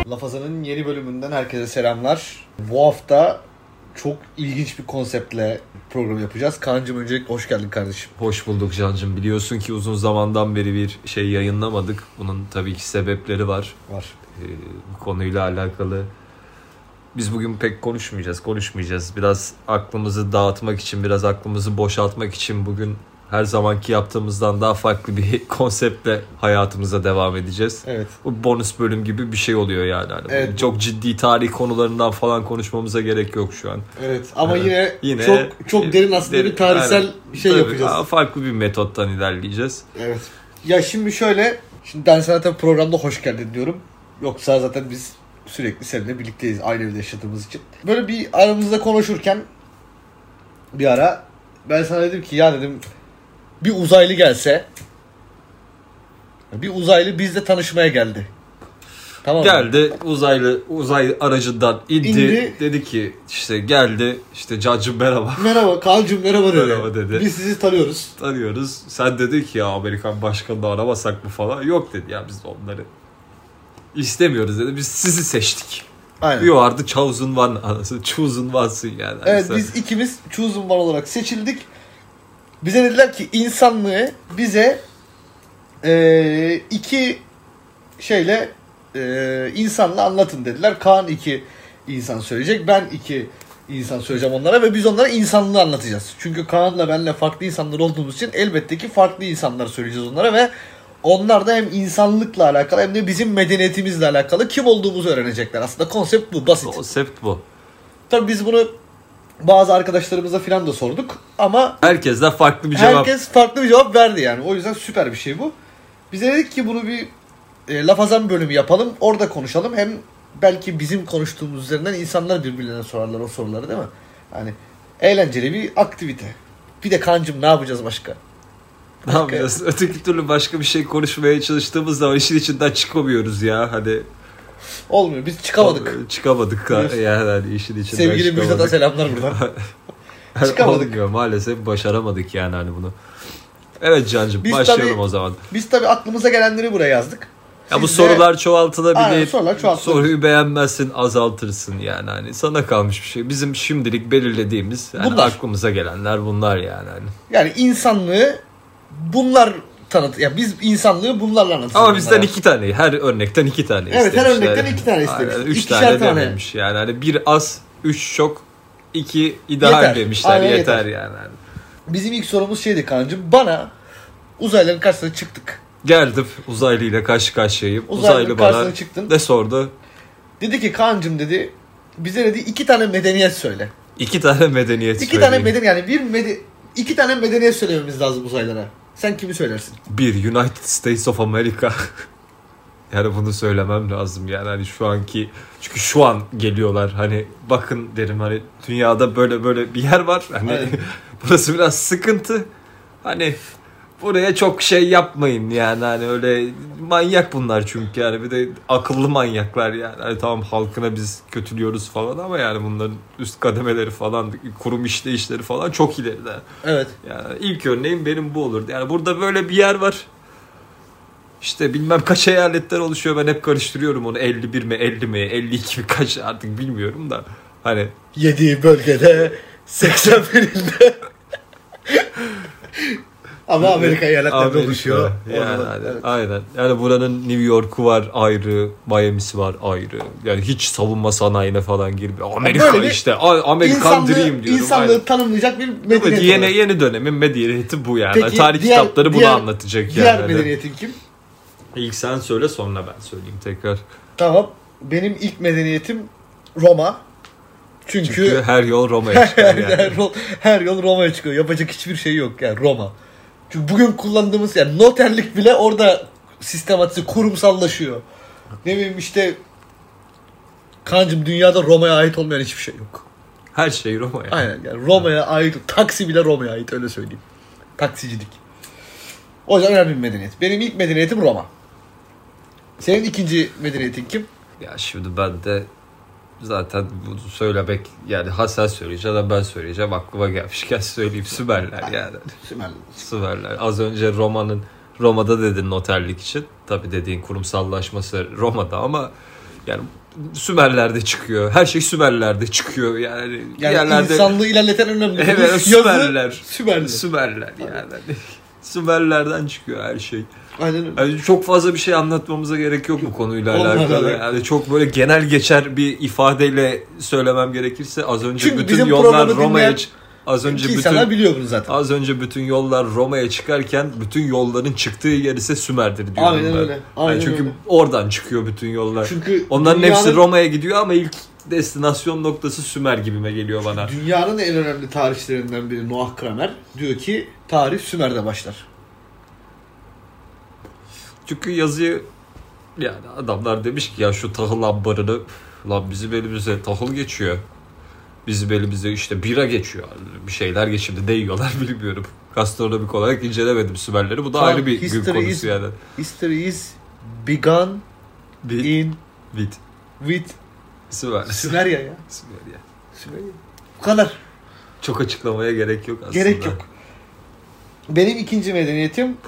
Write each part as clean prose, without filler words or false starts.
Lafazan'ın yeni bölümünden herkese selamlar. Bu hafta çok ilginç bir konseptle program yapacağız. Kaan'cığım öncelikle hoş geldin kardeşim. Hoş bulduk Can'cığım. Biliyorsun ki uzun zamandan beri bir şey yayınlamadık. Bunun tabii ki sebepleri var. Bu konuyla alakalı. Biz bugün pek konuşmayacağız. Biraz aklımızı dağıtmak için, biraz aklımızı boşaltmak için bugün her zamanki yaptığımızdan daha farklı bir konseptle hayatımıza devam edeceğiz. Evet. Bu bonus bölüm gibi bir şey oluyor yani. Evet. Çok ciddi tarih konularından falan konuşmamıza gerek yok şu an. Evet ama yine çok derin aslında derin, bir tarihsel şey tabii, yapacağız. Farklı bir metottan ilerleyeceğiz. Evet. Ya şimdi ben sana tabii programda hoş geldin diyorum. Yoksa zaten biz sürekli seninle birlikteyiz aynı evde yaşadığımız için. Böyle bir aramızda konuşurken bir ara ben sana dedim ki bir uzaylı gelse, bir uzaylı bizle tanışmaya geldi. Tamam mı? Geldi uzay aracından indi. Dedi ki işte geldi işte Can'cığım merhaba. Merhaba Kaan'cığım merhaba dedi. Merhaba dedi. Biz sizi tanıyoruz. Tanıyoruz. Sen dedi ki ya Amerikan başkanını aramasak mı falan. Yok dedi ya biz onları istemiyoruz dedi. Biz sizi seçtik. Aynen. You are the chosen one. Chosen one'sın yani. Evet biz ikimiz chosen one olarak seçildik. Bize dediler ki insanlığı bize iki insanla anlatın dediler. Kaan 2 insan söyleyecek. Ben 2 insan söyleyeceğim onlara ve biz onlara insanlığı anlatacağız. Çünkü Kaan'la benle farklı insanlar olduğumuz için elbette ki farklı insanlar söyleyeceğiz onlara ve onlar da hem insanlıkla alakalı hem de bizim medeniyetimizle alakalı kim olduğumuzu öğrenecekler. Aslında konsept bu, basit. Konsept bu. Tabii biz bunu bazı arkadaşlarımıza falan da sorduk ama herkes farklı bir cevap verdi yani. O yüzden süper bir şey bu. Biz dedik ki bunu bir Lafazan bölümü yapalım. Orada konuşalım. Hem belki bizim konuştuğumuz üzerinden insanlar birbirlerine sorarlar o soruları değil mi? Yani eğlenceli bir aktivite. Bir de Kaan'cığım ne yapacağız başka? Ne yapacağız? Öteki türlü başka bir şey konuşmaya çalıştığımız zaman işin içinden çıkamıyoruz ya. Hani olmuyor. Biz çıkamadık. Çıkamadık yani işin içinden. Sevgili Müjdat'a selamlar buradan. Çıkamadık. Olmuyor maalesef başaramadık yani hani bunu. Evet Can'cığım başlayalım o zaman. Biz tabii aklımıza gelenleri buraya yazdık. Ya bu sorular çoğaltılabilir. Aynen, sorular çoğaltılabilir. Soruyu beğenmezsin, azaltırsın yani hani sana kalmış bir şey. Bizim şimdilik belirlediğimiz yani aklımıza gelenler bunlar yani hani. Yani insanlığı bunlar ya biz insanlığı bunlarla anlatacağız. Ama bizden 2 tane, her örnekten 2 tane istemişler. Evet, her örnekten 2 tane istemiş. 3 tane dememiş yani hani 1 az, 3 çok, 2 ideal demişler. Aynen, yeter yani. Bizim ilk sorumuz şeydi Kaan'cığım. Bana uzaylıların karşısına çıktık. Geldim uzaylıyla karşı karşıyayım. Uzaylı bana çıktın. Ne sordu? Dedi ki Kaan'cığım dedi bize dedi 2 tane medeniyet söyle. 2 tane medeniyet 2 tane medeniyet yani 2 tane medeniyet söylememiz lazım uzaylılara. Sen kimi söylersin? 1 United States of America. Yani bunu söylemem lazım yani hani şu anki çünkü şu an geliyorlar hani bakın derim hani dünyada böyle bir yer var hani burası biraz sıkıntı hani buraya çok şey yapmayın yani hani öyle manyak bunlar çünkü yani bir de akıllı manyaklar yani hani tamam halkına biz kötülüyoruz falan ama yani bunların üst kademeleri falan kurum işleyişleri falan çok ileride. Evet. Yani ilk örneğim benim bu olurdu yani burada böyle bir yer var. İşte bilmem kaç eyaletler oluşuyor. Ben hep karıştırıyorum onu. 51 mi 50 mi 52 mi kaç artık bilmiyorum da. Hani 7 bölgede 81 ilde. Ama Amerika eyaletlerinde oluşuyor. Yani, aynen. Yani buranın New York'u var ayrı. Miami'si var ayrı. Yani hiç savunma sanayine falan girmiyor. Amerika işte. Amerikan Dream diyorum. İnsanlığı tanımlayacak bir medeniyet. Yeni dönemin medeniyeti bu yani. Peki, tarih kitapları bunu anlatacak diğer medeniyetin kim? İlk sen söyle sonra ben söyleyeyim tekrar. Tamam. Benim ilk medeniyetim Roma. Çünkü her yol Roma'ya çıkıyor yani. her yol Roma'ya çıkıyor. Yapacak hiçbir şey yok yani Roma. Çünkü bugün kullandığımız yani noterlik bile orada sistematize kurumsallaşıyor. Ne bileyim işte Kaan'cığım dünyada Roma'ya ait olmayan hiçbir şey yok. Her şey Roma'ya. Aynen yani Roma'ya ait. Taksi bile Roma'ya ait öyle söyleyeyim. Taksicilik. O yüzden önemli bir medeniyet. Benim ilk medeniyetim Roma. Senin ikinci medeniyetin kim? Ya şimdi ben de zaten bunu söylemek yani sen söyleyeceksin ben söyleyeceğim aklıma gelmişken söyleyeyim Sümerler yani. Sümerler. Az önce Roma'da dedin noterlik için. Tabii dediğin kurumsallaşması Roma'da ama Yani Sümerler'de çıkıyor. Her şey Sümerler'de çıkıyor. Yani yerlerde... insanlığı ilerleten önemli. Evet, Sümerler. Sümerler. Sümerler yani. Sümerlerden çıkıyor her şey. Aynen öyle. Yani çok fazla bir şey anlatmamıza gerek yok bu konuyla Onlarla alakalı. alakalı. Yani çok böyle genel geçer bir ifadeyle söylemem gerekirse az önce Çünkü bütün bizim yollar programı Roma'ya dinleyen az önce İnsanlar bütün biliyor bunu zaten. az önce bütün yollar Roma'ya çıkarken bütün yolların çıktığı yer ise Sümer'dir diyorum Aynen ben. öyle. Aynen Yani çünkü öyle. oradan çıkıyor bütün yollar. Çünkü Onların hepsi Roma'ya gidiyor ama ilk destinasyon noktası Sümer gibime geliyor bana. Dünyanın en önemli tarihçilerinden biri Noah Kramer diyor ki tarih Sümer'de başlar. Çünkü yazıyı yani adamlar demiş ki ya şu tahıl ambarını lan bizim elimize tahıl geçiyor. Bizim elimize işte bira geçiyor. Bir şeyler geçirdi değiyorlar bilmiyorum. Gastronomik olarak incelemedim Sümerleri. Bu da ayrı bir gün konusu yani. History is begun in with Sümer. Sümerya ya. Sümerya. Sümerya. Bu kadar. Çok açıklamaya gerek yok aslında. Gerek yok. Benim ikinci medeniyetim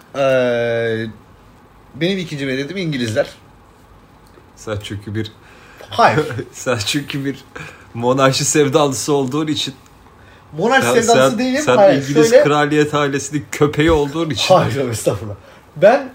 İngilizler. Sen çünkü bir Hayır. sen çünkü bir monarşi sevdalısı olduğun için Monarşi sevdalısı değilim. Sen hayır, İngiliz şöyle... kraliyet ailesinin köpeği olduğun için. Hayır estağfurullah. Ben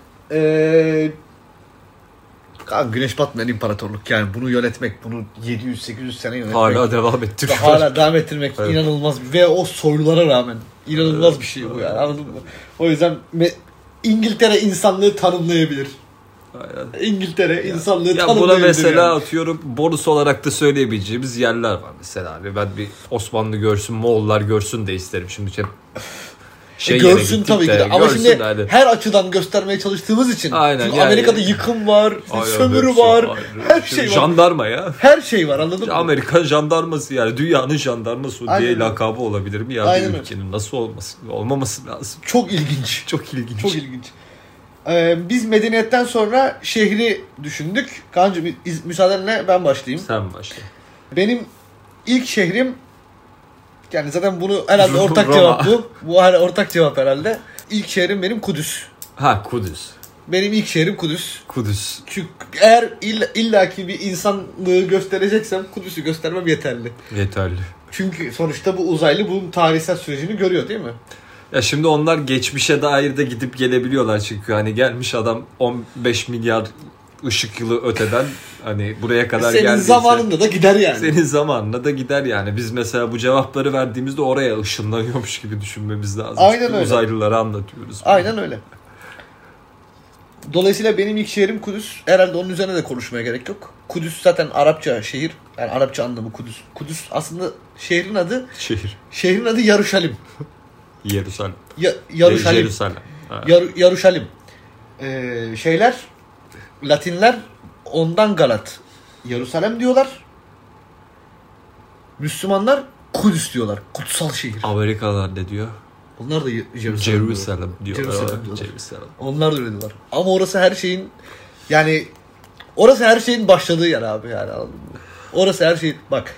güneş batmayan imparatorluk yani bunu yönetmek, bunu 700-800 sene yönetmek. Hala devam ettiriyor. Hala devam ettirmek Evet. inanılmaz ve o soylulara rağmen inanılmaz bir şey bu yani, anladın mı? O yüzden İngiltere insanlığı tanımlayabilir. Aynen. İngiltere insanlığı Ya tanımlayabilir. buna mesela yani. atıyorum bonus olarak da söyleyebileceğimiz yerler var mesela abi. Ben bir Osmanlı görsün, Moğollar görsün de isterim. Şimdi Görsün tabii ki de. Ama şimdi hani. her açıdan göstermeye çalıştığımız için. Aynen, Çünkü yani- Amerika'da yıkım var, Aynen, sömürü hepsi var, ayrı. her şey var. Jandarma ya. Her şey var, anladın mı? Amerikan jandarması yani dünyanın jandarması Aynen diye öyle. lakabı olabilir mi ya Aynen bir ülkenin nasıl olmaması lazım. Çok ilginç. Çok ilginç. Çok ilginç. Biz medeniyetten sonra şehri düşündük. Kaan'cığım müsaadenle ben başlayayım. Sen başla. Benim ilk şehrim, yani zaten bunu herhalde ortak Roma. cevap bu. Bu hala ortak cevap herhalde. İlk şehrim benim Kudüs. Ha Kudüs. Benim ilk şehrim Kudüs. Kudüs. Çünkü eğer illaki bir insanlığı göstereceksem Kudüs'ü göstermem yeterli. Yeterli. Çünkü sonuçta bu uzaylı bunun tarihsel sürecini görüyor değil mi? Ya şimdi onlar geçmişe dair de gidip gelebiliyorlar çünkü hani gelmiş adam 15 milyar ışık yılı öteden hani buraya kadar Senin geldiyse. zamanında da gider yani. Senin zamanında da gider yani. Biz mesela bu cevapları verdiğimizde oraya ışınlanıyormuş gibi düşünmemiz lazım. Aynen çünkü öyle. uzaylılara anlatıyoruz. Aynen öyle. Dolayısıyla benim ilk şehrim Kudüs. Herhalde onun üzerine de konuşmaya gerek yok. Kudüs zaten Arapça şehir. Yani Arapça anlamı Kudüs. Kudüs aslında şehrin adı. Şehir. Şehrin adı Yaruşalim. Yeruşalim. Yaruşalim. Jerusalem. Ha. Yaruşalim. Şeyler, Latinler ondan Galat. Yerusalem diyorlar. Müslümanlar Kudüs diyorlar. Kutsal şehir. Amerikalılar ne diyor? Onlar da Jerusalem Diyorlar. Jerusalem diyorlar. Jerusalem. Onlar da öyle diyorlar. Ama orası her şeyin, yani orası her şeyin başladığı yer abi yani, anladın mı? Orası her şeyin, bak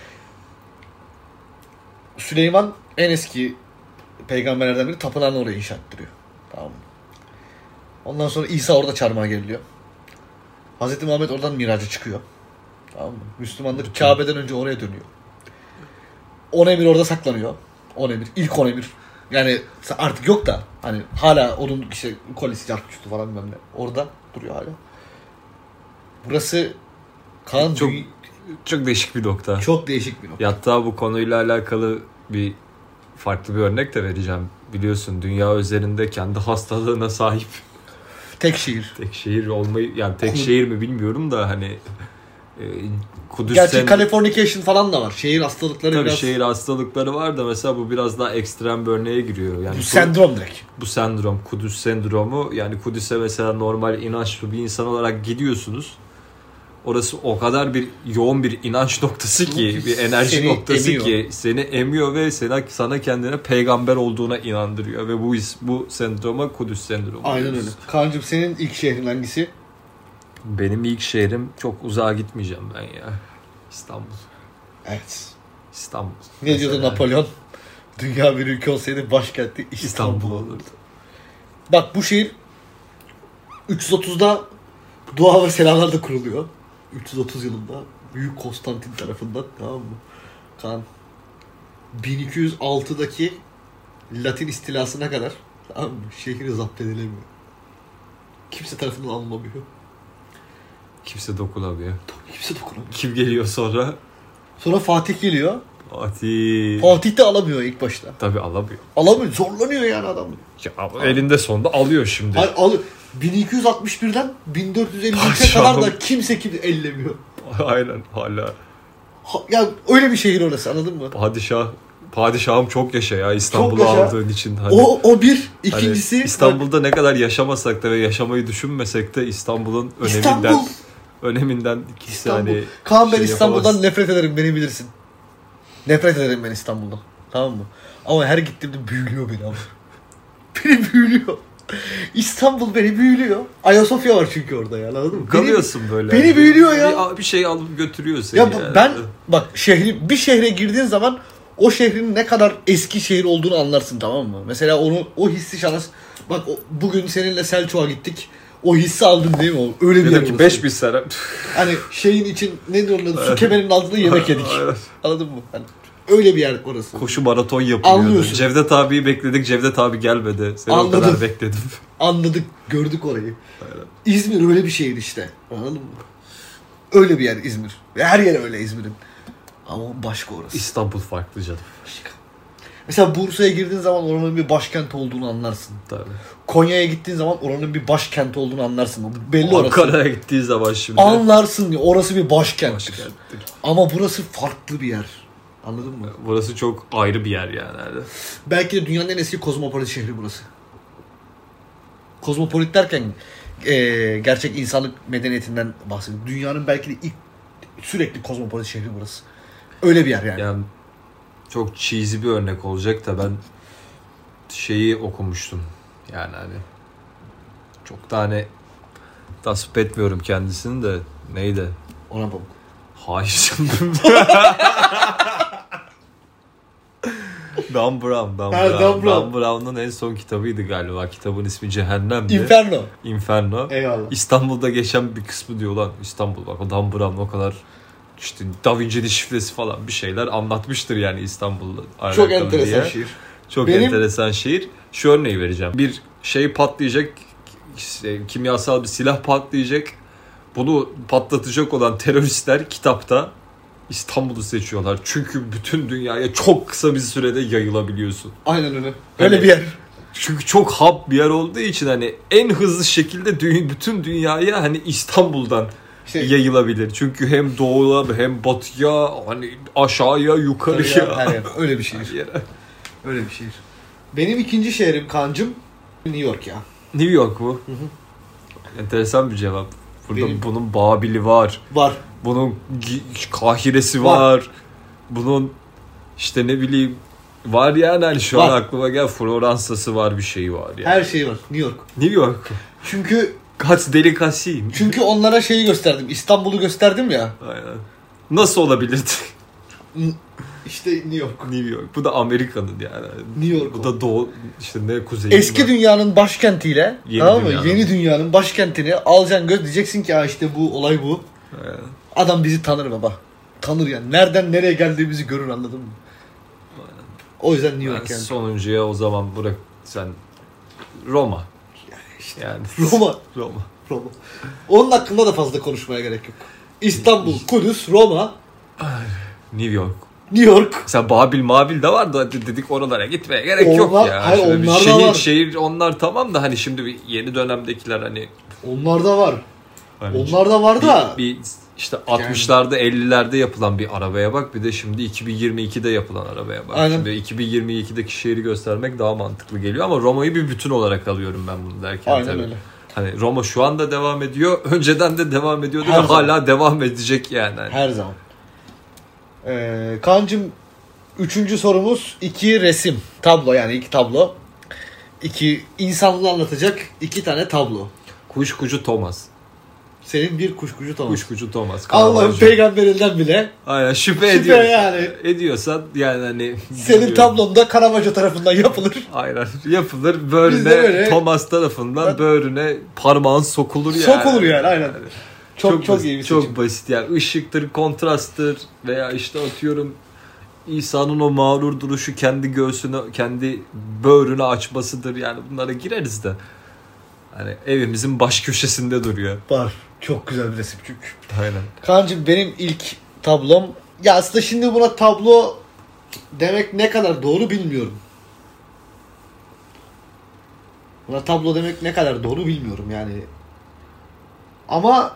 Süleyman en eski peygamberlerden biri tapınağını oraya inşa ettiriyor. Tamam mı? Ondan sonra İsa orada çarmıha geriliyor. Hazreti Muhammed oradan miraca çıkıyor. Tamam mı? Müslümanlar Kabe'den önce oraya dönüyor. 10 emir orada saklanıyor. 10 emir. İlk 10 emir. Yani artık yok da hani hala onun işte kolisi çarpmıştı falan bilmem ne. Orada duruyor hala. Burası Kaan Çok değişik bir nokta. çok değişik bir nokta. Hatta bu konuyla alakalı bir farklı bir örnek de vereceğim. Biliyorsun dünya üzerinde kendi hastalığına sahip Tek şehir. tek şehir olmayı, yani tek şehir mi bilmiyorum da hani Kudüs Gerçi Californication falan da var. Şehir hastalıkları tabii biraz. şehir hastalıkları var da mesela bu biraz daha ekstrem bir örneğe giriyor. Yani Bu sendrom direkt. bu sendrom, Kudüs sendromu, yani Kudüs'e mesela normal inançlı bir insan olarak gidiyorsunuz. Orası o kadar bir yoğun bir inanç noktası ki, bir enerji Seni noktası emiyor. ki seni emiyor ve sana kendine peygamber olduğuna inandırıyor ve bu sendroma Kudüs sendromu. Aynen öyle. Kaan'cığım senin ilk şehrin hangisi? Benim ilk şehrim, çok uzağa gitmeyeceğim ben ya. İstanbul. Evet. İstanbul. Ne diyordu Mesela Napolyon? Dünya bir ülke olsaydı başkenti İstanbul İstanbul olurdu. olurdu. Bak bu şehir 330'da dua ve selamlar da kuruluyor. 330 yılında Büyük Konstantin tarafından, tamam mı? Kaan 1206'daki Latin istilasına kadar, tamam mı? Şehri zapt edilemiyor. Kimse tarafından alınamıyor. Kimse dokunamıyor. Kimse dokunamıyor. Kim geliyor sonra? Sonra Fatih geliyor. Fatih. Fatih de alamıyor ilk başta. Tabii alamıyor. Alamıyor. Zorlanıyor yani adam. Ya, elinde sonunda alıyor şimdi. Hayır, 1261'den 1453'e Padişahım. kadar da kimse ellemiyor. Aynen hala. Ya öyle bir şehir orası, anladın mı? Padişahım çok yaşa ya İstanbul'u yaşa. aldığın için. Hani, O bir. İkincisi. hani İstanbul'da ne kadar yaşamasak da ve yaşamayı düşünmesek de İstanbul'un öneminden ikisi İstanbul. hani. Kaan ben şey İstanbul'dan yapamaz. nefret ederim, beni bilirsin. Nefret ederim ben İstanbul'dan. Tamam mı? Ama her gittiğimde büyülüyor beni ama. Beni büyülüyor. İstanbul beni büyülüyor. Ayasofya var çünkü orada ya, anladın mı? Kalıyorsun böyle. Beni büyülüyor ya. Bir şey alıp götürüyor seni. Ya yani. ben bak bir şehre girdiğin zaman o şehrin ne kadar eski şehir olduğunu anlarsın, tamam mı? Mesela o hissi bak bugün seninle Selçuk'a gittik. O hissi aldın değil mi? Öyle bir yer Dedim ki orası. 5000 sene. Hani şeyin için ne diyorlar, su kemerinin altında yemek yedik. Aynen. Anladın mı? Hani öyle bir yer orası. Koşu maraton yapılıyordu. Anlıyorsun. Cevdet abiyi bekledik. Cevdet abi gelmedi. Seni Anladım. o kadar bekledim. Anladık, gördük orayı. Aynen. İzmir öyle bir şehir işte. Anladın mı? Öyle bir yer İzmir. Ve her yer öyle İzmir'in. Ama başka orası. İstanbul farklı canım. Başka. Mesela Bursa'ya girdiğin zaman oranın bir başkent olduğunu anlarsın. Tabii. Konya'ya gittiğin zaman oranın bir başkent olduğunu anlarsın. Belli orası. Ankara'ya gittiği zaman şimdi. Anlarsın ya, orası bir başkenttir. Başkenttir. Ama burası farklı bir yer. Anladın mı? Burası çok ayrı bir yer yani. Belki de dünyanın en eski kozmopolit şehri burası. Kozmopolit derken gerçek insanlık medeniyetinden bahsediyorum. Dünyanın belki de ilk sürekli kozmopolit şehri burası. Öyle bir yer yani. Yani çok cheesy bir örnek olacak da ben şeyi okumuştum. Yani hani çok da hani tasvip etmiyorum kendisini de. Neydi? Orhan Pamuk. Hayır. Dan Brown. Dan Brown'un en son kitabıydı galiba. Kitabın ismi Cehennem'di. Inferno. Eyvallah. İstanbul'da geçen bir kısmı diyor lan. İstanbul bak o Dan Brown o kadar işte Da Vinci'nin şifresi falan bir şeyler anlatmıştır yani İstanbul'da. Çok enteresan şehir. Çok enteresan şehir. Şu örneği vereceğim. Bir şey patlayacak. Kimyasal bir silah patlayacak. Bunu patlatacak olan teröristler kitapta İstanbul'u seçiyorlar. Çünkü bütün dünyaya çok kısa bir sürede yayılabiliyorsun. Aynen öyle. Öyle bir yer. Çünkü çok hub bir yer olduğu için hani en hızlı şekilde bütün dünyaya hani İstanbul'dan yayılabilir. Çünkü hem doğuya hem batıya hani aşağıya yukarıya. Her yer. Öyle bir şehir. Öyle bir şehir. Benim ikinci şehrim Kaan'cım New York ya. New York mu? Hı hı. Enteresan bir cevap. Burada bunun Babil'i var. Var. Bunun Kahire'si var. Bunun işte ne bileyim var yani hani şu an aklıma gel Floransa'sı var, bir şey var yani. Her şey var. New York. New York. Çünkü Kaç delikasi. Çünkü onlara şeyi gösterdim. İstanbul'u gösterdim ya. Aynen. Nasıl olabilirdi? İşte New York. New York. Bu da Amerika'nın yani. New York. Bu da doğu işte ne kuzey. Eski dünyanın başkentiyle tamam mı? Yeni dünyanın başkentini alacaksın diyeceksin ki işte bu olay bu. Aynen. Adam bizi tanır baba. Tanır yani. Nereden nereye geldiğimizi görür, anladın mı? Aynen. O yüzden New York yani. Sonuncuya o zaman bırak sen Roma. Yani Roma. Onun hakkında da fazla konuşmaya gerek yok. İstanbul, Kudüs, Roma, New York. New York. Sen Babil de var da dedik oralara gitmeye gerek yok ya. Hayır, şöyle onlar da var. Şehir onlar tamam da hani şimdi bir yeni dönemdekiler hani. Onlar da var. Hani onlar da var da. Bir işte 60'larda 50'lerde yapılan bir arabaya bak, bir de şimdi 2022'de yapılan arabaya bak. Aynen. Şimdi 2022'deki şehri göstermek daha mantıklı geliyor ama Roma'yı bir bütün olarak alıyorum ben bunu derken. Aynen tabii. Öyle. Hani Roma şu anda devam ediyor. Önceden de devam ediyordu ve Her zaman. hala devam edecek yani. Her zaman. Kaan'cığım 3. sorumuz 2 resim. Tablo yani 2 tablo. 2 insanlığı anlatacak 2 tane tablo. Kuşkucu Thomas. Senin bir kuşkucu Thomas. Kuşkucu Thomas. Allah'ın peygamberinden bile. Aynen şüphe ediyor. Yani. Ediyorsan yani hani. Senin tablonda Caravaggio tarafından yapılır. Aynen yapılır. Böğrüne Thomas tarafından böğrüne parmağın sokulur yani. Sokulur yani aynen. Çok iyi bir seçim. Çok basit yani. Işıktır, kontrasttır veya işte atıyorum İsa'nın o mağrur duruşu, kendi göğsünü, kendi böğrünü açmasıdır. Yani bunlara gireriz de. Hani evimizin baş köşesinde duruyor. Var. Çok güzel bir resim çünkü. Aynen. Kaan'cığım benim ilk tablom. Ya aslında şimdi buna tablo demek ne kadar doğru bilmiyorum. Buna tablo demek ne kadar doğru bilmiyorum yani. Ama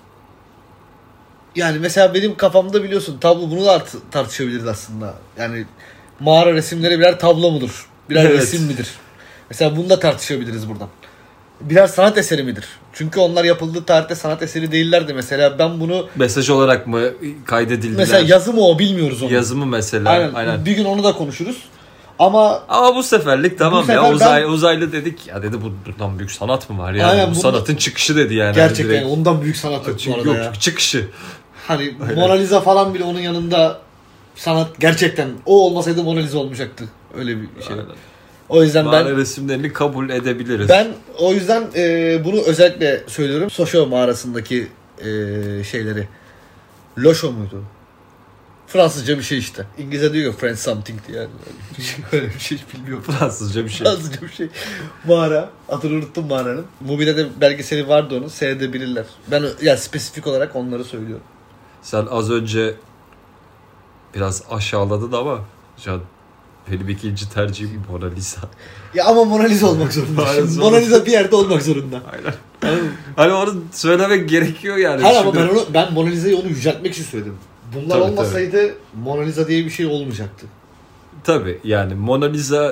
yani mesela benim kafamda biliyorsun tablo, bunu da tartışabiliriz aslında. Yani mağara resimleri birer tablo mudur? Birer Evet. resim midir? Mesela bunu da tartışabiliriz buradan. Birer sanat eseri midir? Çünkü onlar yapıldığı tarihte sanat eseri değillerdi. Mesela ben bunu Mesaj olarak mı kaydedildiler? mesela yazı mı o bilmiyoruz onu. Yazımı mesela. Aynen. Bir gün onu da konuşuruz. Ama bu seferlik tamam sefer ya uzaylı dedik ya, dedi bundan büyük sanat mı var yani? Aynen, bu sanatın çıkışı dedi yani. gerçekten direkt. ondan büyük sanat yok bu arada ya. Çıkışı. Hani Mona Lisa falan bile onun yanında sanat, gerçekten o olmasaydı Mona Lisa olmayacaktı. Öyle bir şey. Aynen. O yüzden Mağara resimlerini kabul edebiliriz. ben o yüzden bunu özellikle söylüyorum. Soşo mağarasındaki şeyleri. Loşo muydu? Fransızca bir şey işte. İngilizce diyor ya French something diye. Yani. Öyle bir şey bilmiyorum. Fransızca bir şey. Fransızca bir şey. Mağara. Adını unuttum mağaranın. Mubi'de de belgeseli vardı onun. Seyredebilirler. Ben yani spesifik olarak onları söylüyorum. Sen az önce biraz aşağıladın ama Can, benim ikinci tercihim Mona Lisa. Ya ama Mona Lisa olmak zorunda. Aynen, Mona Lisa bir yerde olmak zorunda. Aynen. Hani onu söylemek gerekiyor yani. Hayır ama ben Mona Lisa'yı onu yüceltmek için söyledim. Bunlar Tabii, olmasaydı Mona Lisa diye bir şey olmayacaktı. Tabii yani Mona Lisa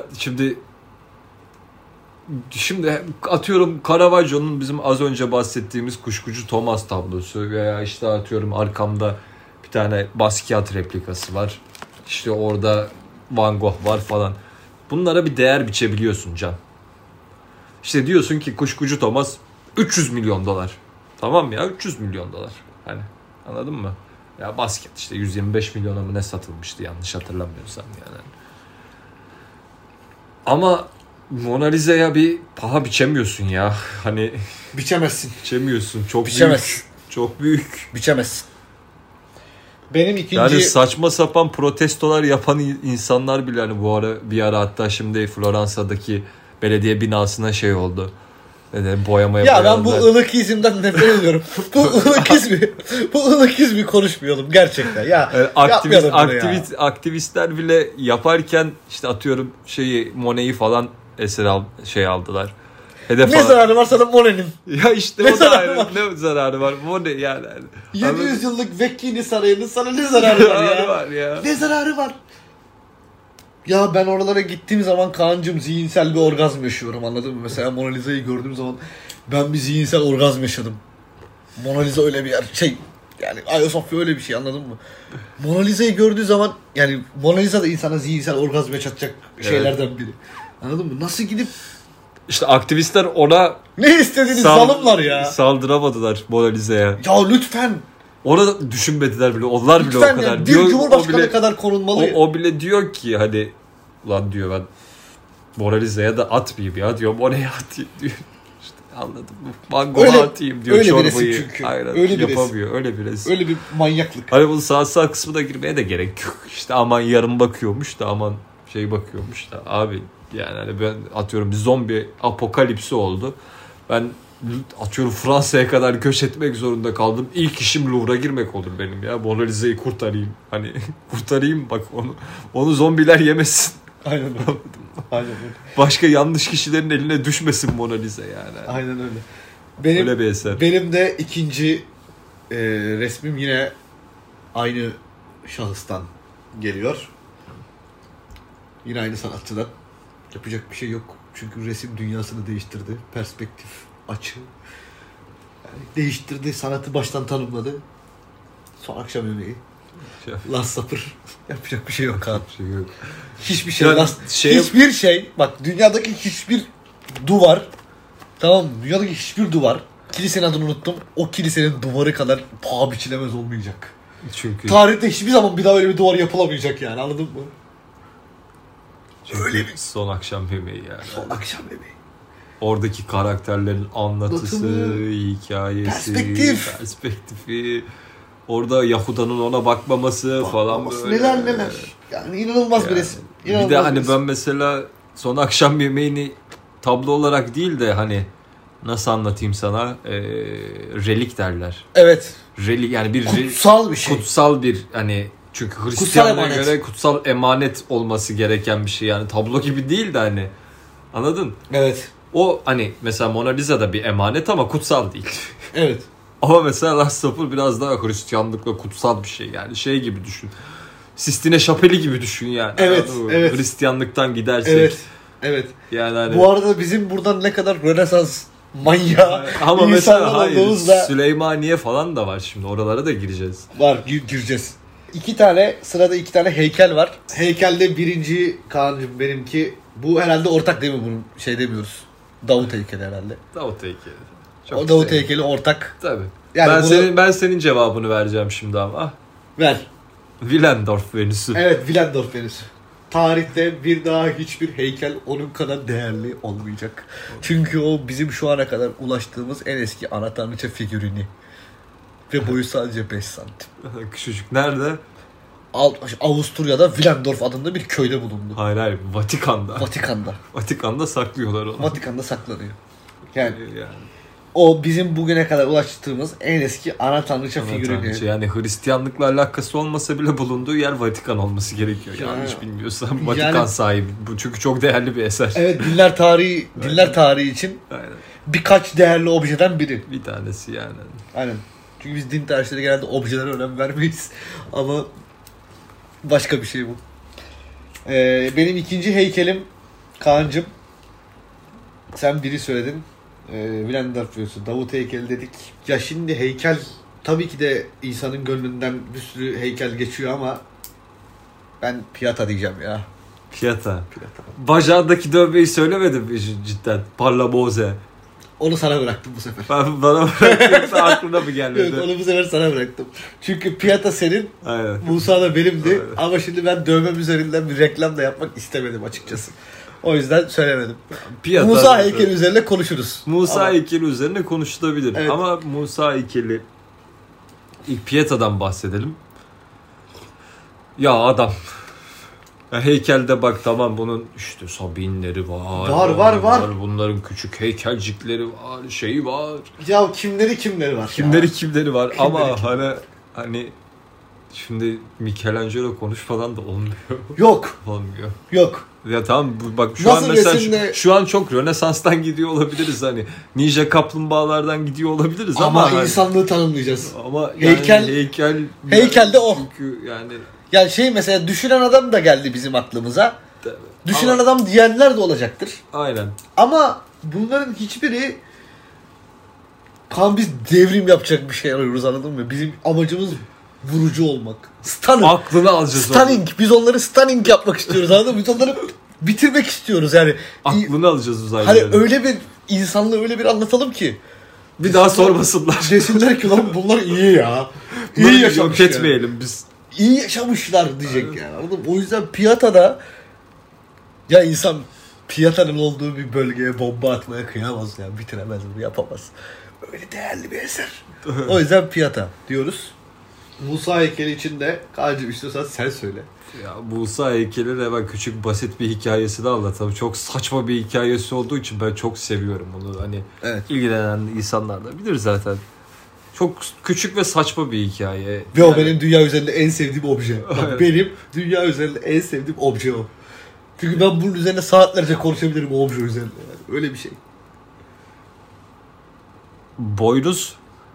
şimdi atıyorum Caravaggio'nun bizim az önce bahsettiğimiz Kuşkucu Thomas tablosu veya işte atıyorum arkamda bir tane Basquiat replikası var. İşte orada Van Gogh var falan. Bunlara bir değer biçebiliyorsun Can. İşte diyorsun ki Kuşkucu Thomas 300 milyon dolar. Tamam ya, 300 milyon dolar. Hani anladın mı? Ya Basquiat işte 125 milyona mı ne satılmıştı yanlış hatırlamıyorsam yani. Ama Mona Lisa'ya bir paha biçemiyorsun ya. Hani Biçemezsin. biçemiyorsun. Çok Biçemezsin. büyük. Çok büyük. Biçemezsin. Benim ikinci... Yani saçma sapan protestolar yapan insanlar bile hani bir ara hatta şimdi Floransa'daki belediye binasına şey oldu. Boyamaya ya ben bu ılık izimden nefret ediyorum. bu ılık izmi konuşmayalım gerçekten. Ya aktivistler bile yaparken işte atıyorum Monet'i falan aldılar. Ne zararı var sana Monet'in? Ya işte ne o da ayrı. Ne zararı var? Monet yani. 700 yıllık Vekkini Sarayı'nın sana ne zararı var ya? var ya? Ne zararı var? Ya ben oralara gittiğim zaman Kaan'cığım zihinsel bir orgazm yaşıyorum, anladın mı? Mesela Mona Lisa'yı gördüğüm zaman ben bir zihinsel orgazm yaşadım. Mona Lisa öyle bir yer. Yani Ayasofya öyle bir şey, anladın mı? Mona Lisa'yı gördüğü zaman yani Mona Lisa da insana zihinsel orgazm yaşatacak şeylerden biri. Anladın mı? Nasıl gidip İşte aktivistler ona ne istediğini zalimler ya. Saldıramadılar Mona Lisa'ya. Ya lütfen. Orada düşünmediler bile. Onlar bile lütfen o kadar. Yani, bir cumhurbaşkanı kadar korunmalı. O bile diyor ki hadi lan diyor, ben Mona Lisa'ya da atmayayım ya diyor. Mona'ya atayım diyor. İşte anladım mı? Van Gogh'a atayım diyor öyle çorbayı. Bir resim çünkü. Aynen, öyle bir yapamıyor. Öyle bir resim. Öyle bir manyaklık. Hani bunun sağ kısmına girmeye de gerek yok. İşte aman yarım bakıyormuş da aman bakıyormuş da. Abi yani hani ben atıyorum bir zombi apokalipsi oldu. Ben atıyorum Fransa'ya kadar göç etmek zorunda kaldım. İlk işim Louvre'a girmek olur benim ya. Mona Lisa'yı kurtarayım. Hani kurtarayım bak onu zombiler yemesin. Aynen öyle. Aynen öyle. Başka yanlış kişilerin eline düşmesin Mona Lisa yani. Aynen öyle. Öyle bir eser. Benim de ikinci resmim yine aynı şahıstan geliyor. Yine aynı sanatçıdan. Yapacak bir şey yok. Çünkü resim dünyasını değiştirdi. Perspektif, açı. Yani değiştirdi. Sanatı baştan tanımladı. Son akşam yemeği. Last Supper. Yapacak bir şey yok abi. Hiçbir şey. Yani hiçbir şey. Bak dünyadaki hiçbir duvar. Tamam mı? Dünyadaki hiçbir duvar. Kilisenin adını unuttum. O kilisenin duvarı kadar paha biçilemez olmayacak. Çünkü tarihte hiçbir zaman bir daha öyle bir duvar yapılamayacak yani, anladın mı? öyle bir son akşam yemeği yani. Son akşam yemeği. oradaki karakterlerin anlatısı, Anlatımı, hikayesi, perspektifi, orada Yahuda'nın ona bakmaması falan böyle. Neler. Yani inanılmaz bir resim. İnanılmaz bir de hani resim. ben mesela son akşam yemeğini tablo olarak değil de hani nasıl anlatayım sana, relik derler. Evet. Relik yani bir kutsal bir şey. Kutsal bir hani, çünkü Hristiyanlığa göre kutsal emanet olması gereken bir şey yani, tablo gibi değil de hani, anladın? Evet. O hani mesela Mona Lisa da bir emanet ama kutsal değil. Evet. Ama mesela Last Supper biraz daha Hristiyanlıkla kutsal bir şey yani, şey gibi düşün. Sistine Şapeli gibi düşün yani. Evet, evet. Hristiyanlıktan gidersek. Evet. Evet. Yani hani... Bu arada bizim buradan ne kadar Rönesans manyağı ama mesela hayır, da... Süleymaniye falan da var şimdi. Oralara da gireceğiz. Var, gireceğiz. Sırada iki tane heykel var. Heykelde birinci Kaan'cığım benimki. Bu herhalde ortak değil mi bunun? Şey demiyoruz. Davut heykeli herhalde. Davut heykeli. O Davut heykeli ortak. Tabii. Yani ben senin cevabını vereceğim şimdi ama. Ver. Willendorf Venüsü. Evet, Willendorf Venüsü. Tarihte bir daha hiçbir heykel onun kadar değerli olmayacak. Çünkü o bizim şu ana kadar ulaştığımız en eski ana tanrıça figürünü. Ve boyu sadece 5 santim. Küçücük. Nerede? Avusturya'da Willendorf adında bir köyde bulundu. Hayır. Vatikan'da. Vatikan'da saklıyorlar onu. Vatikan'da saklanıyor. Yani o bizim bugüne kadar ulaştığımız en eski ana tanrıça figürü. Yani Hristiyanlıkla alakası olmasa bile bulunduğu yer Vatikan olması gerekiyor. Yanlış bilmiyorsam Vatikan sahibi. Bu çünkü çok değerli bir eser. Evet, dinler tarihi için aynen. Birkaç değerli objeden biri. Bir tanesi yani. Aynen. Çünkü biz din tarihçileri genelde objelere önem vermeyiz. Ama başka bir şey bu. Benim ikinci heykelim Kaan'cığım. Sen biri söyledin. Willendorf Venüsü, Davut heykeli dedik. Ya şimdi heykel tabii ki de insanın gönlünden bir sürü heykel geçiyor ama ben Pieta diyeceğim ya. Pieta. Bacağındaki dövmeyi söylemedim mi cidden? Parlaboze. Onu sana bıraktım bu sefer. Bana bıraktımsa aklına mı gelmedi? Evet, onu bu sefer sana bıraktım. Çünkü Pieta senin, aynen. Musa da benimdi. Aynen. Ama şimdi ben dövmem üzerinden bir reklam da yapmak istemedim açıkçası. O yüzden söylemedim. Pieta, Musa heykeli üzerine konuşuruz. Musa heykeli üzerine konuşulabilir. Evet. Ama Musa heykeli, ilk Pieta'dan bahsedelim. Ya adam. Ya heykelde bak, tamam, bunun işte Sabinleri var. Var. Bunların küçük heykelcikleri var, şeyi var. Ya kimleri var? Kimleri var ama hani şimdi Michelangelo konuş falan da olmuyor. Yok. Olmuyor. Yok. Ya tamam, bak şu nasıl an mesela resimde... şu an çok Rönesans'tan gidiyor olabiliriz, hani Ninja kaplumbağalardan gidiyor olabiliriz ama insanlığı tanımlayacağız. Ama heykel de o. Çünkü yani mesela düşünen adam da geldi bizim aklımıza. Düşünen adam diyenler de olacaktır. Aynen. Ama bunların hiçbiri biz devrim yapacak bir şey arıyoruz, anladın mı? Bizim amacımız vurucu olmak. Aklını alacağız. Stunning. Biz onları stunning yapmak istiyoruz, anladın mı? Biz onları bitirmek istiyoruz yani. Aklını alacağız uzaylıları. Hani öyle bir insanlığı öyle bir anlatalım ki. Bir daha sormasınlar. Desinler ki lan bunlar iyi ya. İyi yaşamış yok etmeyelim yani. Biz. İyi yaşamışlar diyecek yani. Anladın mı? O yüzden Pieta'da ya insan Pieta'nın olduğu bir bölgeye bomba atmaya kıyamaz ya. Bitiremez bunu, yapamaz. Öyle değerli bir eser. O yüzden Pieta diyoruz. Musa heykeli için de Kaan'cığım istiyorsan sen söyle. Ya Musa heykeli de ben küçük basit bir hikayesini anlatalım. Çok saçma bir hikayesi olduğu için ben çok seviyorum bunu. Hani ilgilenen insanlar da bilir zaten. Çok küçük ve saçma bir hikaye. Ve o benim dünya üzerinde en sevdiğim obje. Bak, benim dünya üzerinde en sevdiğim obje o. Çünkü ben bunun üzerine saatlerce konuşabilirim o obje üzerinde. Yani öyle bir şey. Boynuz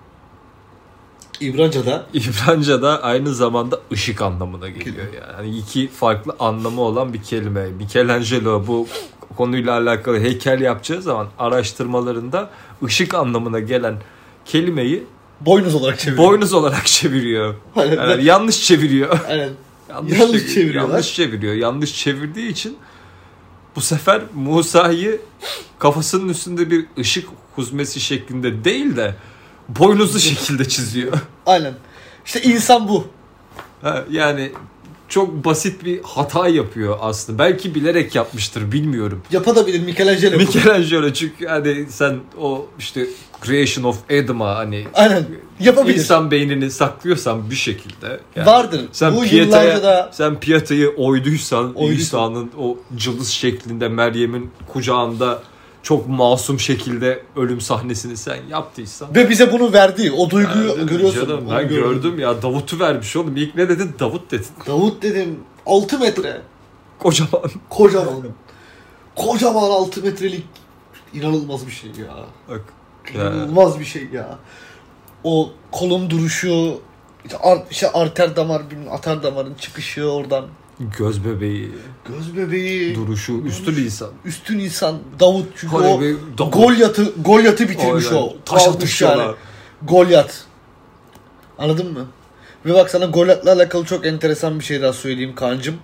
İbranca'da aynı zamanda ışık anlamına geliyor yani. İki farklı anlamı olan bir kelime. Michelangelo bu konuyla alakalı heykel yapacağı zaman araştırmalarında ışık anlamına gelen kelimeyi boynuz olarak çeviriyor. Yani yanlış çeviriyor. Aynen. Yanlış çeviriyor. Yanlış çevirdiği için bu sefer Musa'yı kafasının üstünde bir ışık huzmesi şeklinde değil de boynuzlu şekilde çiziyor. Aynen. İşte insan bu. Yani çok basit bir hata yapıyor aslında. Belki bilerek yapmıştır, bilmiyorum. Yapabilir Michelangelo. Michelangelo, çünkü hani sen o işte Creation of Adam'a hani aynen yapabilir. İnsan beynini saklıyorsan bir şekilde yani vardır. Sen bu yıllarca da sen Pieta'yı oyduysan İsa'nın o cılız şeklinde Meryem'in kucağında çok masum şekilde ölüm sahnesini sen yaptıysan ve bize bunu verdi. O duyguyu görüyorsun. Canım, ben gördüm ya, Davut'u vermiş oğlum. İlk ne dedin? Davut dedin. Davut dedim. 6 metre. Kocaman. Kocaman 6 metrelik inanılmaz bir şey ya. Bak. İnanılmaz bir şey ya. O kolun duruşu, işte arter damar, atar damarın çıkışı oradan. Göz bebeği. Duruşu. Üstün insan. Davut, çünkü Hani o Golyat'ı bitirmiş. Aynen. O. Taş atışıyorlar. Yani. Golyat. Anladın mı? Ve bak, sana Golyat'la alakalı çok enteresan bir şey daha söyleyeyim Kaan'cığım.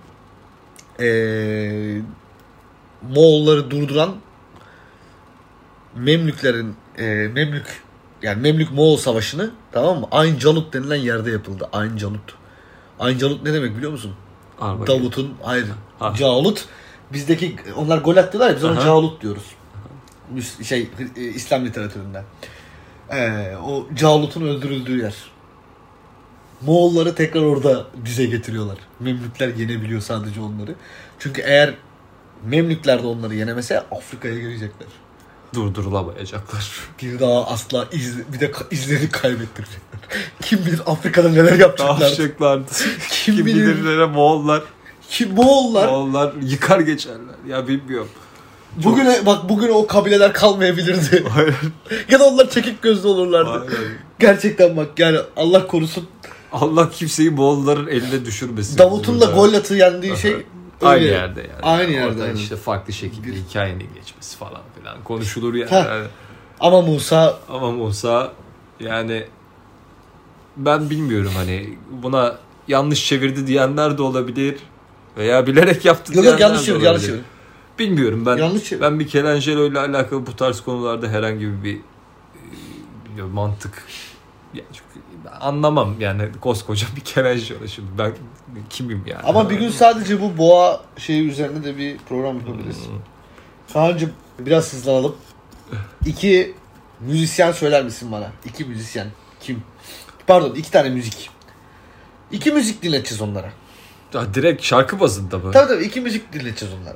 Moğolları durduran Memlüklerin Memlük-Moğol savaşını, tamam mı? Ayn Calut denilen yerde yapıldı. Ayn Calut ne demek biliyor musun? Davut'un Calut. Bizdeki onlar Golyat diyorlar ya, biz ona Calut diyoruz. İslam literatüründe. O Calut'un öldürüldüğü yer. Moğolları tekrar orada dize getiriyorlar. Memlükler yenebiliyor sadece onları. Çünkü eğer Memlükler de onları yenemese Afrika'ya gelecekler. Durdurulamayacaklar. Bir daha asla bir de izleri kaybettirecekler. Kim bilir Afrika'da neler yapacaklardı. Kim bilir neler Moğollar. Moğollar yıkar geçerler. Ya bilmiyorum. Bugüne o kabileler kalmayabilirdi. Ya da onlar çekik gözlü olurlardı. Gerçekten bak, yani Allah korusun. Allah kimseyi Moğolların eline düşürmesin. Davut'un da Golyat'ı yendiği şey aynı yerde yani. Aynı yerde. Orada işte farklı şekilde hikayenin geçmesi falan filan konuşulur yani. Ama Musa yani ben bilmiyorum, hani buna yanlış çevirdi diyenler de olabilir veya bilerek yaptı diyenler de olabilir. Yanlış çevir. Bilmiyorum ben Michelangelo ile alakalı bu tarz konularda herhangi bir mantık anlamam yani, koskoca Michelangelo, şimdi ben kimim yani. Ama bir gün sadece bu boğa şeyi üzerine de bir program yapabiliriz. Kaan'cığım biraz hızlanalım. 2 müzisyen söyler misin bana? 2 müzisyen. Kim? Pardon, 2 tane müzik. 2 müzik dinleteceğiz onlara. Ya direkt şarkı bazında mı? Tabii 2 müzik dinleteceğiz onlara.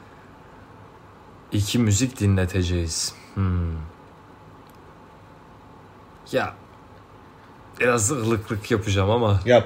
2 müzik dinleteceğiz. Ya biraz ılıklık yapacağım ama. Yap.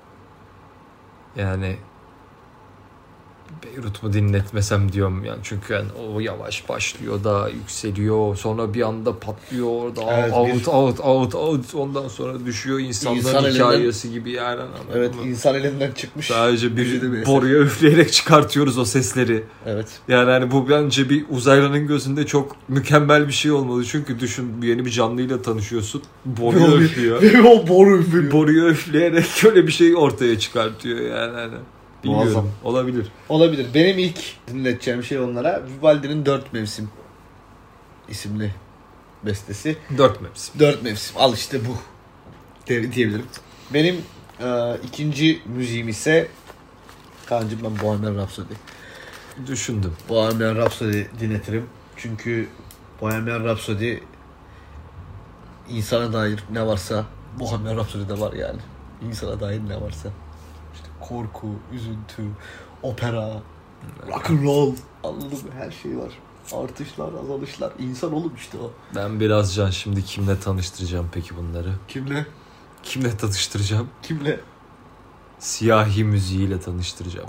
Yani Beyrut mu dinletmesem diyorum yani, çünkü yani o yavaş başlıyor da yükseliyor, sonra bir anda patlıyor orada, evet, out ondan sonra düşüyor, insanların hikayesi gibi yani. Evet, insan elinden çıkmış. Sadece bir boruya üfleyerek çıkartıyoruz o sesleri. Evet. Yani hani bu bence bir uzaylının gözünde çok mükemmel bir şey olmalı, çünkü düşün, yeni bir canlıyla tanışıyorsun, boruya üflüyor. Ve o boruya üfleyerek şöyle bir şey ortaya çıkartıyor yani hani. Bilmiyorum. Muazzam. Olabilir. Benim ilk dinleteceğim şey onlara Vivaldi'nin 4 Mevsim isimli bestesi. 4 Mevsim. Al işte bu diyebilirim. Benim ikinci müziğim ise Kaan'cığım, ben Bohemian Rhapsody. Düşündüm. Bohemian Rhapsody dinletirim. Çünkü Bohemian Rhapsody, insana dair ne varsa Bohemian Rhapsody'de var yani. İnsana dair ne varsa. Korku, üzüntü, opera, rock and roll, anladın mı? Her şey var. Artışlar, azalışlar. İnsan oğlum işte o. Ben birazcan şimdi kimle tanıştıracağım peki bunları? Kimle tanıştıracağım? Siyahi müziğiyle tanıştıracağım.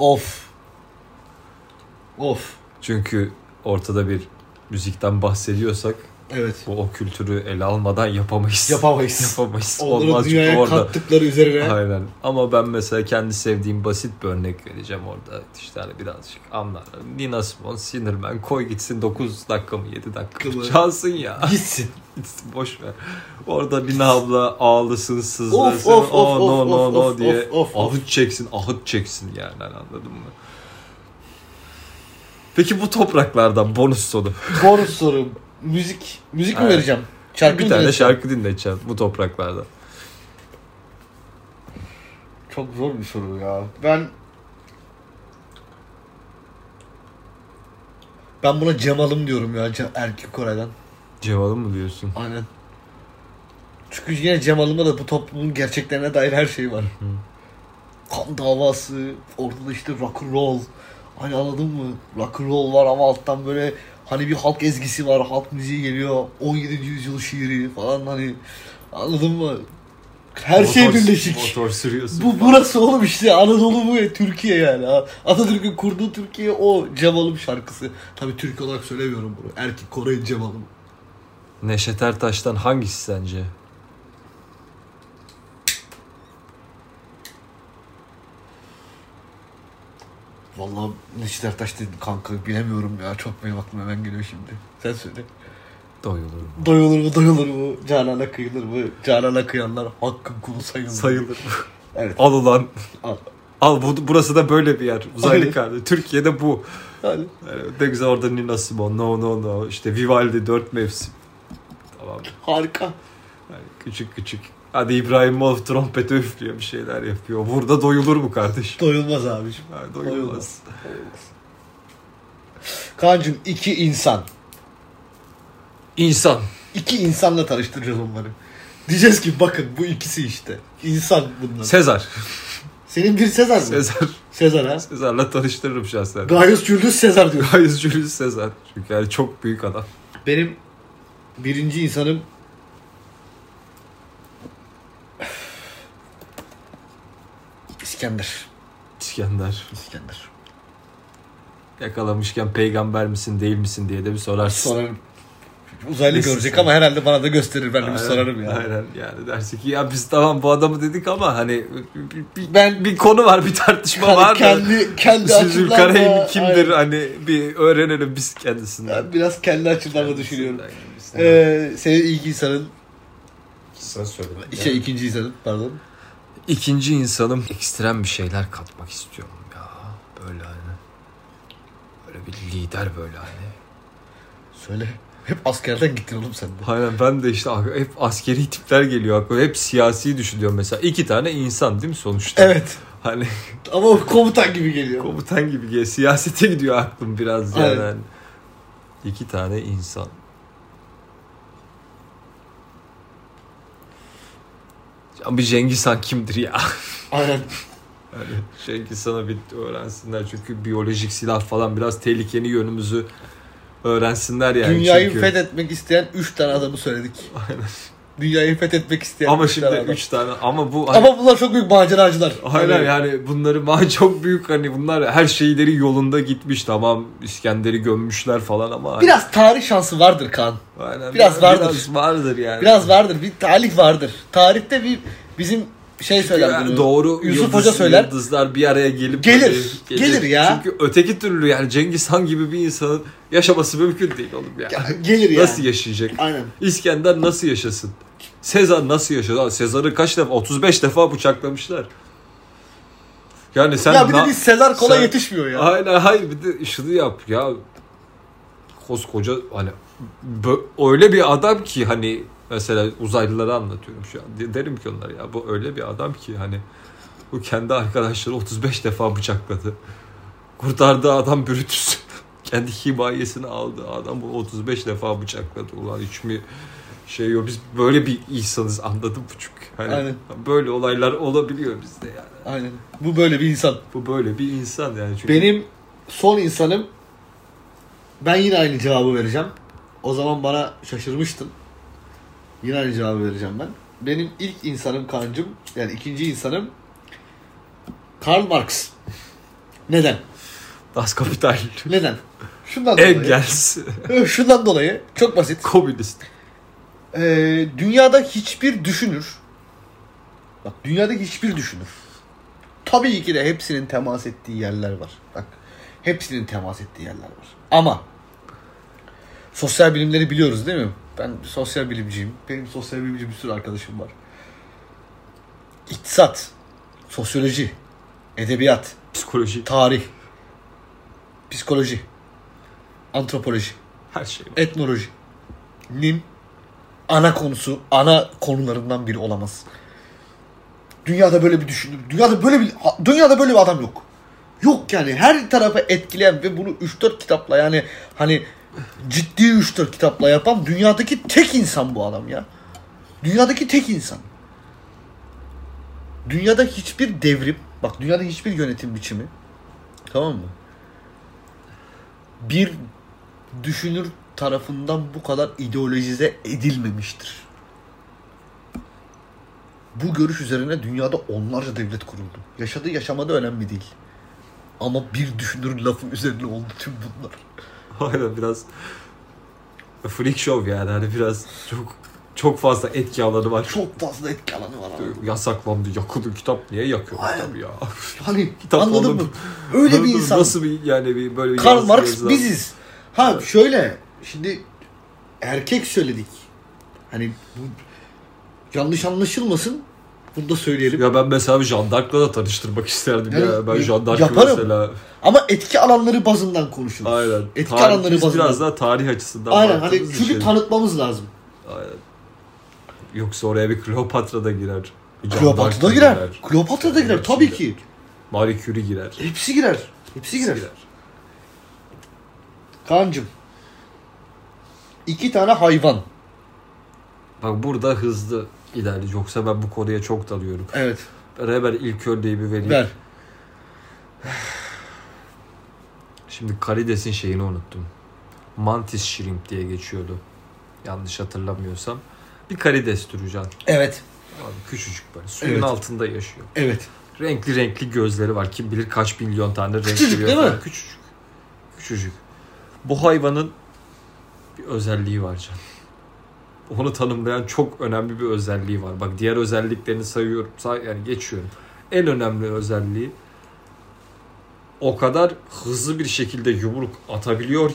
Of. Çünkü ortada bir müzikten bahsediyorsak, evet, o kültürü ele almadan yapamayız. Onların olmaz dünyaya orada kattıkları üzerine. Aynen. Ama ben mesela kendi sevdiğim basit bir örnek vereceğim orada. İşte hani birazcık anlar. Nina Simone, Sinnerman, koy gitsin 9 dakika mı 7 dakika mı çalsın ya. Gitsin boş ver. Orada Nina abla ağlasın, sızlasın. No diye ahıt çeksin yani, anladın mı? Peki bu topraklardan bonus soru. Müzik mi vereceğim? Bir tane şarkı dinleteceğim bu topraklarda. Çok zor bir soru ya. Ben Ben buna Cemal'ım diyorum ya, erkek Koray'dan. Cemal'ım mı diyorsun? Aynen. Çünkü yine Cemal'ımda da bu toplumun gerçeklerine dair her şey var. Hı. Kan davası, ortada işte rock and roll. Hani anladın mı? Rock and roll var ama alttan böyle hani bir halk ezgisi var, halk müziği geliyor. 17. yüzyıl şiiri falan, hani anladın mı? Her şey birleşik. Motor sürüyorsun. Bu burası oğlum işte, Anadolu bu ya, Türkiye yani. Atatürk'ün kurduğu Türkiye o Cemal'ım şarkısı. Tabii Türk olarak söylemiyorum bunu. Erkek Koray'ın Cemal'ım. Neşet Ertaş'tan hangisi sence? Vallahi Neşet Ertaş dedim kanka, bilemiyorum ya. Çok benim aklıma hemen geliyor şimdi. Sen söyle. Doyulur mu? Doyulur mu, doyulur mu? Canana kıyılır mı? Canana kıyanlar hakkın kulu sayılır. Sayılır mı? Evet. Al ulan. Al. Al, burası da böyle bir yer. Uzaylı Aynen. kardeş. Türkiye'de bu. Hadi. Ne güzel orada Nina Simone, No No No, işte Vivaldi, 4 mevsim. Tamam. Harika. Yani küçük küçük. Hadi İbrahimov trompeti üflüyor, bir şeyler yapıyor. Burada doyulur mu kardeşim? Doyulmaz abiciğim. Yani doyulmaz. Doyulmaz. Kaan'cığım, 2 insan. İnsan. 2 insanla tanıştıracağız onları. Diyeceğiz ki bakın bu ikisi işte. İnsan bunlar. Sezar. Senin bir Sezar mı? Sezar. Sezar ha? Sezar'la tanıştırırım şahsen. Gaius Julius Sezar diyor. Gaius Julius Sezar. Çünkü yani çok büyük adam. Benim birinci insanım İskender. İskender. Yakalamışken peygamber misin değil misin diye de bir sorarsın. Sorarım. Uzaylı görecek ama herhalde bana da gösterir. Ben de bir sorarım ya. Aynen, yani dersin ki ya biz tamam bu adamı dedik ama hani Ben bir konu var, bir tartışma var da. Kendi Zülkarneyn kimdir hani bir öğrenelim biz kendisinden. Ben biraz kendi açımdan düşünüyorum. Senin ilk insanın Sen söyle. İkinci insanın pardon. İkinci insanım, ekstrem bir şeyler katmak istiyorum ya. Böyle hani. Böyle bir lider böyle hani. Söyle. Hep askerden gittin oğlum sen de. Aynen, ben de işte hep askeri tipler geliyor aklıma. Hep siyasi düşünüyorum mesela. 2 tane insan değil mi sonuçta? Evet. Hani ama o komutan gibi geliyor. komutan gibi geliyor. Siyasete gidiyor aklım biraz yani. Aynen. Hani 2 tane insan. Ama bir Cengiz Han kimdir ya? Aynen. Yani Cengiz Han'ı bir öğrensinler çünkü biyolojik silah falan biraz tehlikeli yönümüzü öğrensinler yani. Dünyayı çünkü... fethetmek isteyen 3 tane adamı söyledik. Aynen. Dünyayı fethetmek isteyen Ama 3 şimdi tane adam. 3 tane ama bu Ama bunlar çok büyük maceracılar. Aynen yani bunları çok büyük, hani bunlar her şeyleri yolunda gitmiş, tamam İskender'i gömmüşler falan ama biraz tarih şansı vardır Kaan. aynen, biraz vardır. Biraz vardır yani. Biraz vardır. Bir talih vardır. Tarihte bir bizim söyler yani bunu. doğru, Yusuf Hoca söyler. Yıldızlar bir araya gelip gelir ya. Çünkü öteki türlü yani Cengiz Han gibi bir insanın yaşaması mümkün değil oğlum ya. Gelir yani. Nasıl yaşayacak? Aynen. İskender nasıl yaşasın? Sezar nasıl yaşadı? Sezar'ı kaç defa? 35 defa bıçaklamışlar. Yani sen ya bir de bir Sezar kolay yetişmiyor ya. Aynen, hayır bir de şunu yap ya. Koskoca hani öyle bir adam ki hani mesela uzaylıları anlatıyorum şu an. Derim ki onlara ya bu öyle bir adam ki hani bu kendi arkadaşları 35 defa bıçakladı. Kurtardığı adam Brutus. Kendi himayesine aldı. Adam bu 35 defa bıçakladı. Ulan hiç mi şey yok, biz böyle bir insanız, anladın mı çünkü? Hani aynen. Böyle olaylar olabiliyor bizde yani. Aynen. Bu böyle bir insan. Bu böyle bir insan yani. Çünkü... Benim son insanım, ben yine aynı cevabı vereceğim. O zaman bana şaşırmıştın. Yine aynı cevabı vereceğim ben. Benim ilk insanım Kaan'cığım, yani ikinci insanım Karl Marx. Neden? Das Kapital. Neden? Şundan dolayı. Engels. Şundan dolayı. Çok basit. Komünist. Dünyada hiçbir düşünür. Bak, dünyadaki hiçbir düşünür. Tabii ki de hepsinin temas ettiği yerler var. Bak, hepsinin temas ettiği yerler var. Ama sosyal bilimleri biliyoruz değil mi? Ben sosyal bilimciyim. Benim sosyal bilimci bir sürü arkadaşım var. İktisat, sosyoloji, edebiyat, psikoloji, tarih, psikoloji, antropoloji, her şey var. Etnolojinin ana konularından biri olamaz. Dünyada böyle bir düşünür. Dünyada böyle bir adam yok. Yok yani her tarafa etkileyen ve bunu 3-4 kitapla yani hani ciddi 3-4 kitapla yapan dünyadaki tek insan bu adam ya. Dünyadaki tek insan. Dünyada hiçbir devrim, bak dünyada hiçbir yönetim biçimi, tamam mı? Bir düşünür tarafından bu kadar ideolojize edilmemiştir. Bu görüş üzerine dünyada onlarca devlet kuruldu. Yaşadığı yaşamadığı önemli değil. Ama bir düşünür lafı üzerine oldu tüm bunlar. Aynen biraz freak show yani hani biraz çok fazla etki alanı var. Çok fazla etki alanı var abi. Yasaklandı, yakıldı kitap. Niye yakıyor kitabı ya? Hani Kitap anladın oğlum, mı? Öyle bir insan. Nasıl bir yani bir böyle bir Karl Marx yazılan... biziz. Ha şöyle şimdi erkek söyledik. Hani bu yanlış anlaşılmasın. Bunu da söyleyelim. Ya ben mesela bir Jean d'Arc'la da tanıştırmak isterdim Yani ya. Ben Jean d'Arc'ı yaparım. Mesela... Ama etki alanları bazından konuşuruz. Aynen. Etki alanları biz bazından. biraz daha tarih açısından aynen hani baktığımız çünkü için. tanıtmamız lazım. Aynen. Yoksa oraya bir Kleopatra da girer. Kleopatra da girer. Kleopatra da girer tabii ki. Marie Curie girer. Hepsi girer. Hepsi girer. Kaan'cığım. 2 tane hayvan. Bak burada hızlı ilerleyeceğiz. Yoksa ben bu konuya çok dalıyorum. Evet. Ben hemen ilk örneği bir vereyim. Ver. Şimdi karides'in şeyini unuttum. Mantis shrimp diye geçiyordu. Yanlış hatırlamıyorsam. Bir karides türü can. Evet. Abi küçücük böyle. Suyun Evet. altında yaşıyor. Evet. Renkli renkli gözleri var. Kim bilir kaç milyon tane renk Küçücük görüyor. değil mi? Küçücük. Küçücük. Bu hayvanın bir özelliği var can. Onu tanımlayan çok önemli bir özelliği var. Bak diğer özelliklerini sayıyorum. Yani geçiyorum. En önemli özelliği o kadar hızlı bir şekilde yumruk atabiliyor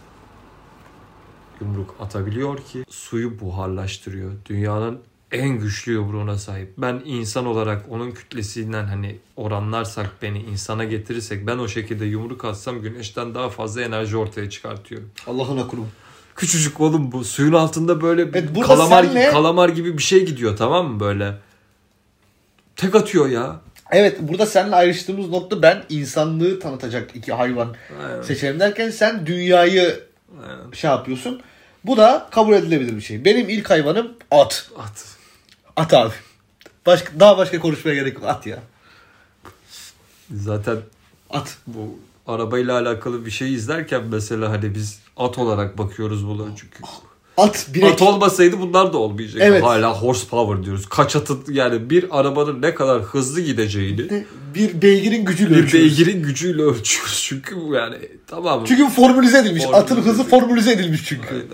ki suyu buharlaştırıyor. Dünyanın en güçlü yumruğuna sahip. Ben insan olarak onun kütlesinden hani oranlarsak beni insana getirirsek ben o şekilde yumruk atsam güneşten daha fazla enerji ortaya çıkartıyorum. Allah'ına kurum. Küçücük oğlum bu. Suyun altında böyle Evet, kalamar gibi bir şey gidiyor tamam mı böyle? Tek atıyor ya. Evet burada seninle ayrıştığımız nokta ben insanlığı tanıtacak 2 hayvan seçelim derken sen dünyayı şey yapıyorsun. Bu da kabul edilebilir bir şey. Benim ilk hayvanım at. At abi. Daha başka konuşmaya gerek yok. At ya. Zaten at. Bu arabayla alakalı bir şey izlerken mesela hani biz at olarak bakıyoruz bunlara çünkü. At olmasaydı bunlar da olmayacak. Evet. Hala horsepower diyoruz. Kaç atın yani bir arabanın ne kadar hızlı gideceğini bir beygirin gücüyle ölçüyoruz. Çünkü bu yani tamam. Çünkü formülize edilmiş. Atın hızı formülize edilmiş çünkü. Aynen.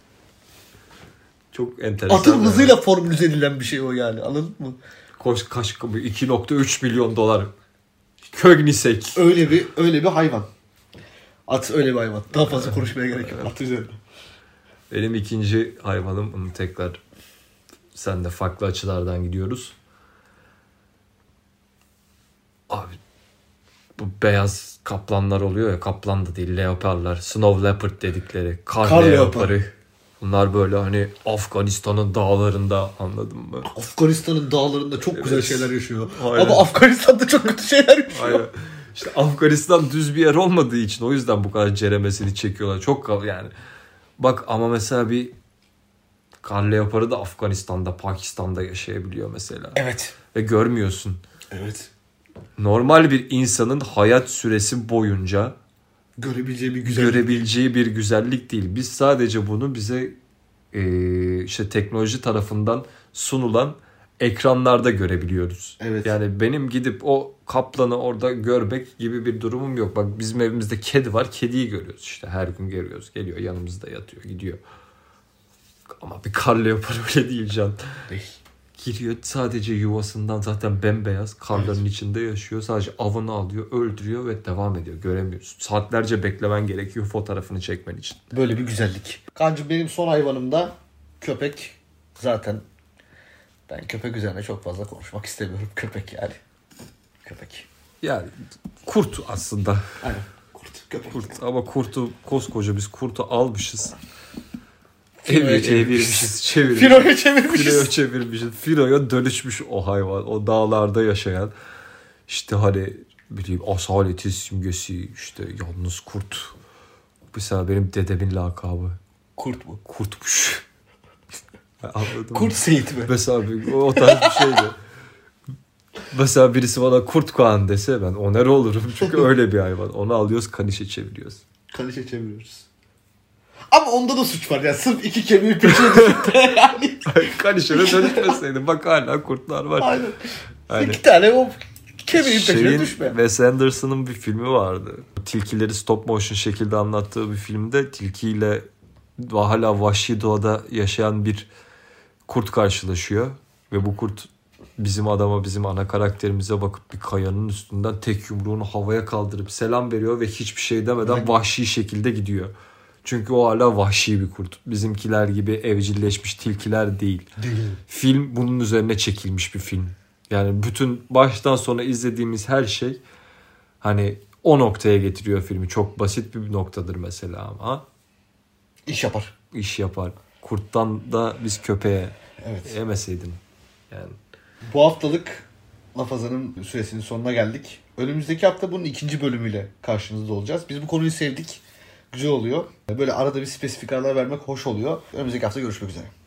Çok enteresan. Atın hızıyla formülize edilen bir şey o yani. Anladın mı? Kaç 2.3 milyon dolar. Kögnisek. Öyle bir hayvan. At öyle bir hayvan. Daha fazla konuşmaya gerek yok. At üzerine. Benim ikinci hayvanım. Bunu tekrar sen de farklı açılardan gidiyoruz. Abi bu beyaz kaplanlar oluyor ya. Kaplan da değil. Leoparlar. Snow leopard dedikleri. Kar leoparı. Bunlar böyle hani Afganistan'ın dağlarında anladın mı? Afganistan'ın dağlarında çok güzel şeyler yaşıyor. Aynen. Ama Afganistan'da çok kötü şeyler yaşıyor. Aynen. İşte Afganistan düz bir yer olmadığı için o yüzden bu kadar ceremesini çekiyorlar. Çok yani. Bak ama mesela bir kar leoparı da Afganistan'da, Pakistan'da yaşayabiliyor mesela. Evet. Ve görmüyorsun. Evet. Normal bir insanın hayat süresi boyunca görebileceği bir güzellik değil. Biz sadece bunu bize işte teknoloji tarafından sunulan ekranlarda görebiliyoruz. Evet. Yani benim gidip o kaplanı orada görmek gibi bir durumum yok. Bak bizim evimizde kedi var. Kediyi görüyoruz işte. Her gün görüyoruz. Geliyor yanımızda yatıyor gidiyor. Ama bir kar leoparı öyle değil can. Giriyor sadece yuvasından zaten bembeyaz karların içinde yaşıyor. Sadece avını alıyor, öldürüyor ve devam ediyor. Göremiyorsun. Saatlerce beklemen gerekiyor fotoğrafını çekmen için. Böyle bir güzellik. Kancım benim son hayvanım da köpek. Zaten ben köpek üzerine çok fazla konuşmak istemiyorum. Köpek yani. Köpek. Yani kurt aslında. Aynen. Köpek. Kurt ama kurtu koskoca biz kurtu almışız. Filo'ya çevirmişiz. Filo'ya dönüşmüş o hayvan. O dağlarda yaşayan. İşte hani bileyim asaleti simgesi, işte yalnız kurt. Mesela benim dedemin lakabı. Kurt mu? Kurtmuş. Anladın Kurt mı? Seyit mi? Mesela o tarz bir şeydi. Mesela birisi bana Kurt Kağan dese ben oner olurum. Çünkü öyle bir hayvan. Onu alıyoruz, kanişe çeviriyoruz. Kanişe çeviriyoruz. Ama onda da suç var ya. Sırf iki kemiği peşine düşüp de yani. Kanişe de dönüşmeseydin. Bak hala kurtlar var. Aynen. Aynen. İki tane o kemiğin peşine düşme. Wes Anderson'ın bir filmi vardı. Tilkileri stop motion şekilde anlattığı bir filmde tilkiyle hala vahşi doğada yaşayan bir kurt karşılaşıyor. Ve bu kurt bizim adama, bizim ana karakterimize bakıp bir kayanın üstünden tek yumruğunu havaya kaldırıp selam veriyor ve hiçbir şey demeden vahşi şekilde gidiyor. Çünkü o hala vahşi bir kurt. Bizimkiler gibi evcilleşmiş tilkiler değil. Film bunun üzerine çekilmiş bir film. Yani bütün baştan sona izlediğimiz her şey hani o noktaya getiriyor filmi. Çok basit bir noktadır mesela ama İş yapar. iş yapar. Kurttan da biz köpeğe Evet. yemeseydin. Yani Bu haftalık Lafazan'ın süresinin sonuna geldik. Önümüzdeki hafta bunun 2. bölümüyle karşınızda olacağız. Biz bu konuyu sevdik. Güzel oluyor. Böyle arada bir spesifik aralar vermek hoş oluyor. Önümüzdeki hafta görüşmek üzere.